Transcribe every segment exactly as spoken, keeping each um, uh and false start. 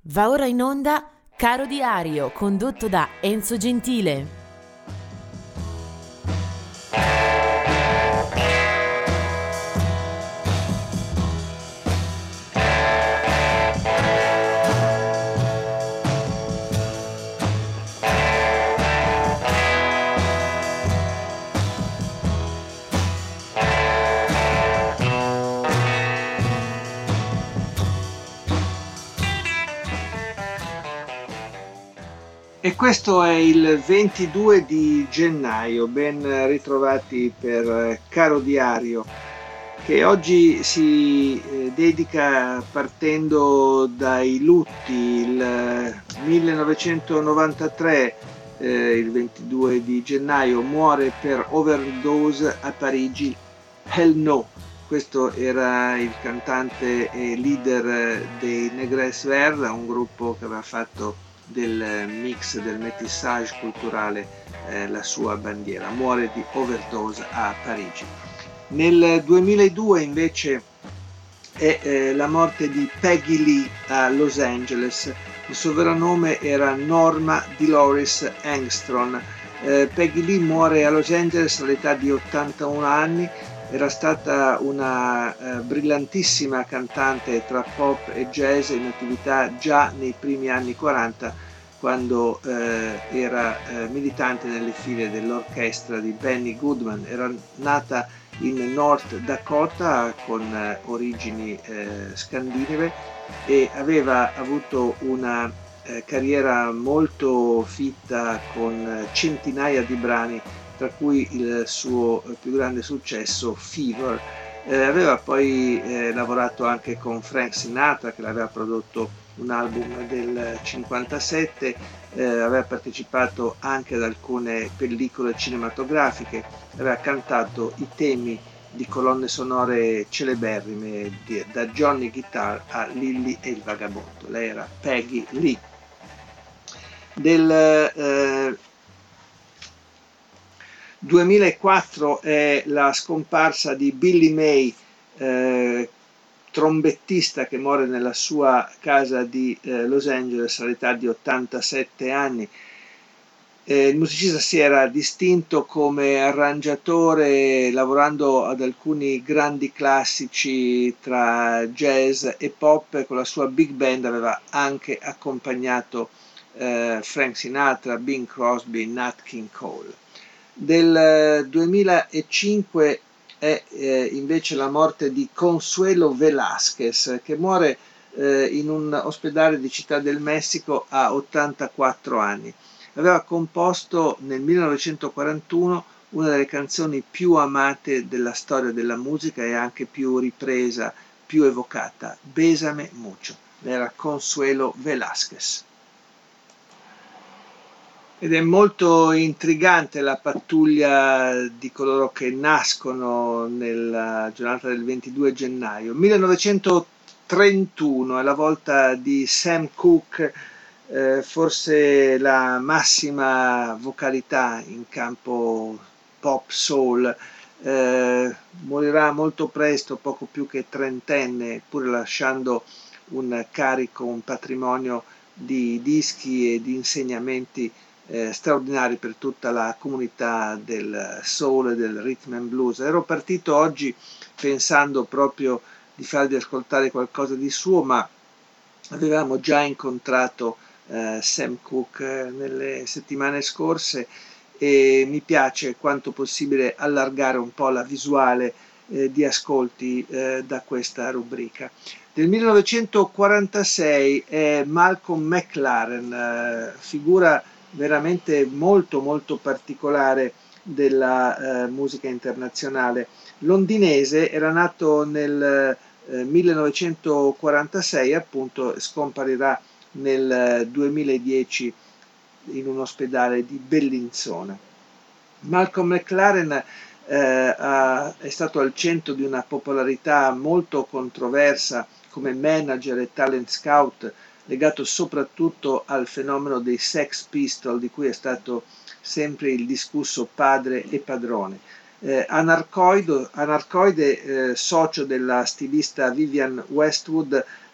Va ora in onda Caro Diario, condotto da Enzo Gentile. E questo è il ventidue di gennaio, ben ritrovati per Caro Diario, che oggi si eh, dedica partendo dai lutti. Il millenovecentonovantatré, eh, il ventidue di gennaio, muore per overdose a Parigi Hell No. Questo era il cantante e leader dei Négresse Verts, un gruppo che aveva fatto del mix, del métissage culturale eh, la sua bandiera. Muore di overdose a Parigi. Nel duemiladue invece è eh, la morte di Peggy Lee a Los Angeles. Il suo vero nome era Norma Dolores Armstrong. Eh, Peggy Lee muore a Los Angeles all'età di ottantuno anni. Era stata una eh, brillantissima cantante tra pop e jazz in attività già nei primi anni quaranta, quando eh, era eh, militante nelle file dell'orchestra di Benny Goodman. Era nata in North Dakota con eh, origini eh, scandinave e aveva avuto una eh, carriera molto fitta con centinaia di brani, tra cui il suo più grande successo Fever. Eh, aveva poi eh, lavorato anche con Frank Sinatra, che l'aveva prodotto un album del cinquantasette, eh, aveva partecipato anche ad alcune pellicole cinematografiche, aveva cantato i temi di colonne sonore celeberrime di, da Johnny Guitar a Lily e il Vagabondo. Lei era Peggy Lee. Del eh, duemilaquattro è la scomparsa di Billy May, eh, trombettista che muore nella sua casa di eh, Los Angeles all'età di ottantasette anni. Eh, il musicista si era distinto come arrangiatore, lavorando ad alcuni grandi classici tra jazz e pop. Con la sua big band aveva anche accompagnato eh, Frank Sinatra, Bing Crosby, Nat King Cole. Del duemilacinque è eh, invece la morte di Consuelo Velázquez, che muore eh, in un ospedale di Città del Messico a ottantaquattro anni. Aveva composto nel millenovecentoquarantuno una delle canzoni più amate della storia della musica e anche più ripresa, più evocata, Bésame mucho. Era Consuelo Velázquez. Ed è molto intrigante la pattuglia di coloro che nascono nella giornata del ventidue gennaio. millenovecentotrentuno è la volta di Sam Cooke, eh, forse la massima vocalità in campo pop soul. Eh, morirà molto presto, poco più che trentenne, pur lasciando un carico, un patrimonio di dischi e di insegnamenti Eh, straordinari per tutta la comunità del soul e del rhythm and blues. Ero partito oggi pensando proprio di farvi ascoltare qualcosa di suo, ma avevamo già incontrato eh, Sam Cooke eh, nelle settimane scorse e mi piace quanto possibile allargare un po' la visuale eh, di ascolti eh, da questa rubrica. Del millenovecentoquarantasei è Malcolm McLaren, eh, figura veramente molto molto particolare della eh, musica internazionale. Londinese, era nato nel eh, millenovecentoquarantasei, appunto scomparirà nel duemiladieci in un ospedale di Bellinzona. Malcolm McLaren eh, ha, è stato al centro di una popolarità molto controversa come manager e talent scout, legato soprattutto al fenomeno dei Sex Pistols, di cui è stato sempre il discusso padre e padrone. Eh, anarcoide, anarcoide eh, socio della stilista Vivienne Westwood,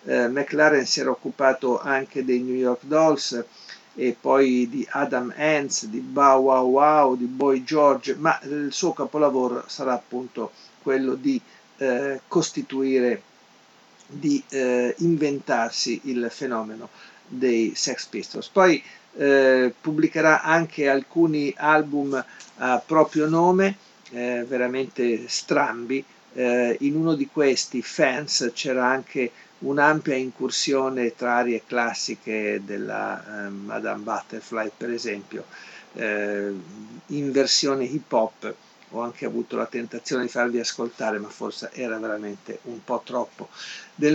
Eh, McLaren si era occupato anche dei New York Dolls e poi di Adam Ants, di Bow Wow Wow, di Boy George, ma il suo capolavoro sarà appunto quello di eh, costituire, di eh, inventarsi il fenomeno dei Sex Pistols. Poi eh, pubblicherà anche alcuni album a proprio nome, eh, veramente strambi. Eh, in uno di questi, Fans, c'era anche un'ampia incursione tra arie classiche della eh, Madame Butterfly, per esempio, eh, in versione hip hop. Ho anche avuto la tentazione di farvi ascoltare, ma forse era veramente un po' troppo. Del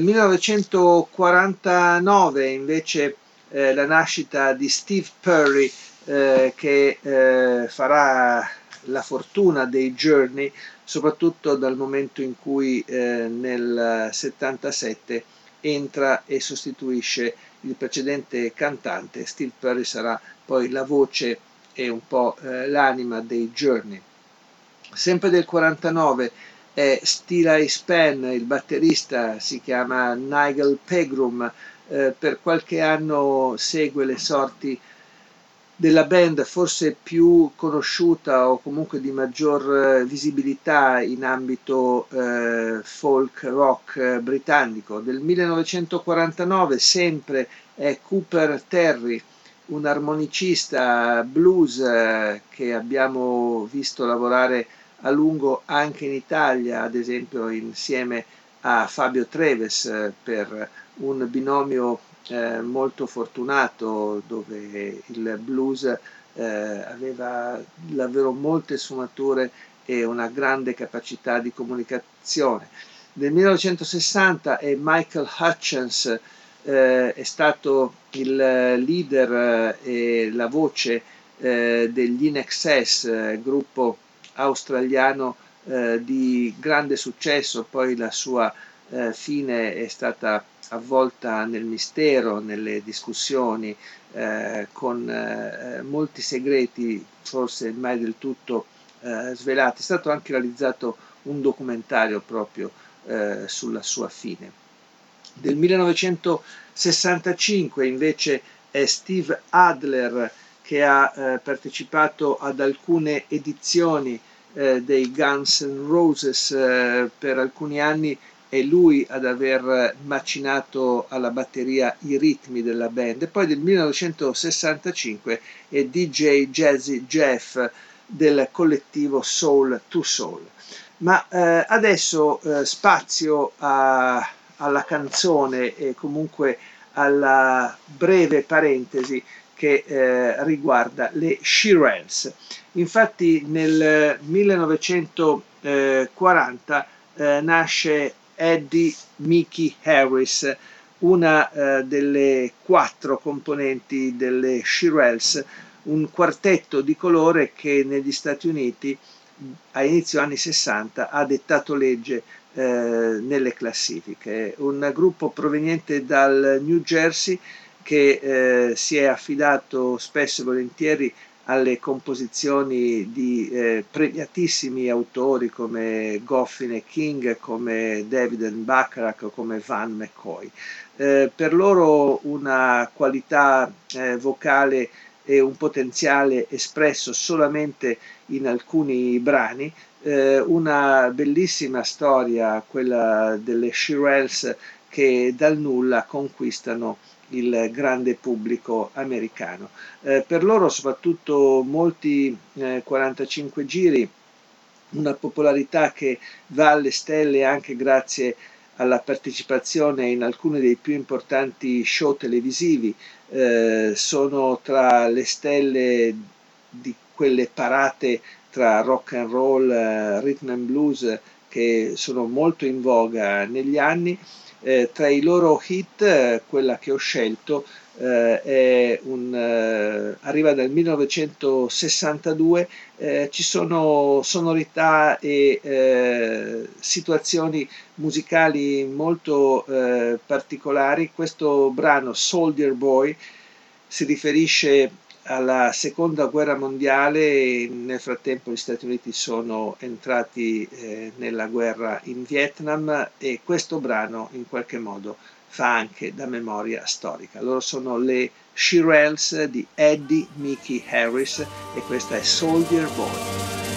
millenovecentoquarantanove invece eh, la nascita di Steve Perry, eh, che eh, farà la fortuna dei Journey, soprattutto dal momento in cui eh, nel settantasette entra e sostituisce il precedente cantante. Steve Perry sarà poi la voce e un po' eh, l'anima dei Journey. Sempre del quarantanove è Steely Span, il batterista si chiama Nigel Pegram, eh, per qualche anno segue le sorti della band forse più conosciuta o comunque di maggior eh, visibilità in ambito eh, folk rock eh, britannico. Del millenovecentoquarantanove sempre è Cooper Terry, un armonicista blues eh, che abbiamo visto lavorare a lungo anche in Italia, ad esempio insieme a Fabio Treves eh, per un binomio eh, molto fortunato dove il blues eh, aveva davvero molte sfumature e una grande capacità di comunicazione. Nel millenovecentosessanta è Michael Hutchence, eh, è stato il leader eh, e la voce eh, degli In Excess, eh, gruppo australiano eh, di grande successo, poi la sua eh, fine è stata avvolta nel mistero, nelle discussioni, eh, con eh, molti segreti forse mai del tutto eh, svelati. È stato anche realizzato un documentario proprio eh, sulla sua fine. Del millenovecentosessantacinque invece è Steve Adler, che ha eh, partecipato ad alcune edizioni eh, dei Guns N' Roses eh, per alcuni anni, è lui ad aver macinato alla batteria i ritmi della band. E poi del millenovecentosessantacinque è D J Jazzy Jeff del collettivo Soul to Soul. Ma eh, adesso eh, spazio a, alla canzone e comunque alla breve parentesi che eh, riguarda le Shirelles. Infatti nel millenovecentoquaranta eh, nasce Eddie Mickey Harris, una eh, delle quattro componenti delle Shirelles, un quartetto di colore che negli Stati Uniti a inizio anni sessanta ha dettato legge eh, nelle classifiche. Un gruppo proveniente dal New Jersey che eh, si è affidato spesso e volentieri alle composizioni di eh, pregiatissimi autori come Goffin e King, come David Bacharach o come Van McCoy. Eh, per loro una qualità eh, vocale e un potenziale espresso solamente in alcuni brani, eh, una bellissima storia, quella delle Shirelles che dal nulla conquistano il grande pubblico americano. Eh, per loro soprattutto molti eh, quarantacinque giri, una popolarità che va alle stelle anche grazie alla partecipazione in alcuni dei più importanti show televisivi, eh, sono tra le stelle di quelle parate tra rock and roll, eh, rhythm and blues che sono molto in voga negli anni. Eh, tra i loro hit, eh, quella che ho scelto eh, è un, eh, arriva dal millenovecentosessantadue, eh, ci sono sonorità e eh, situazioni musicali molto eh, particolari. Questo brano Soldier Boy si riferisce alla seconda guerra mondiale e nel frattempo gli Stati Uniti sono entrati eh, nella guerra in Vietnam e questo brano in qualche modo fa anche da memoria storica. Loro sono le Shirelles di Eddie Mickey Harris e questa è Soldier Boy.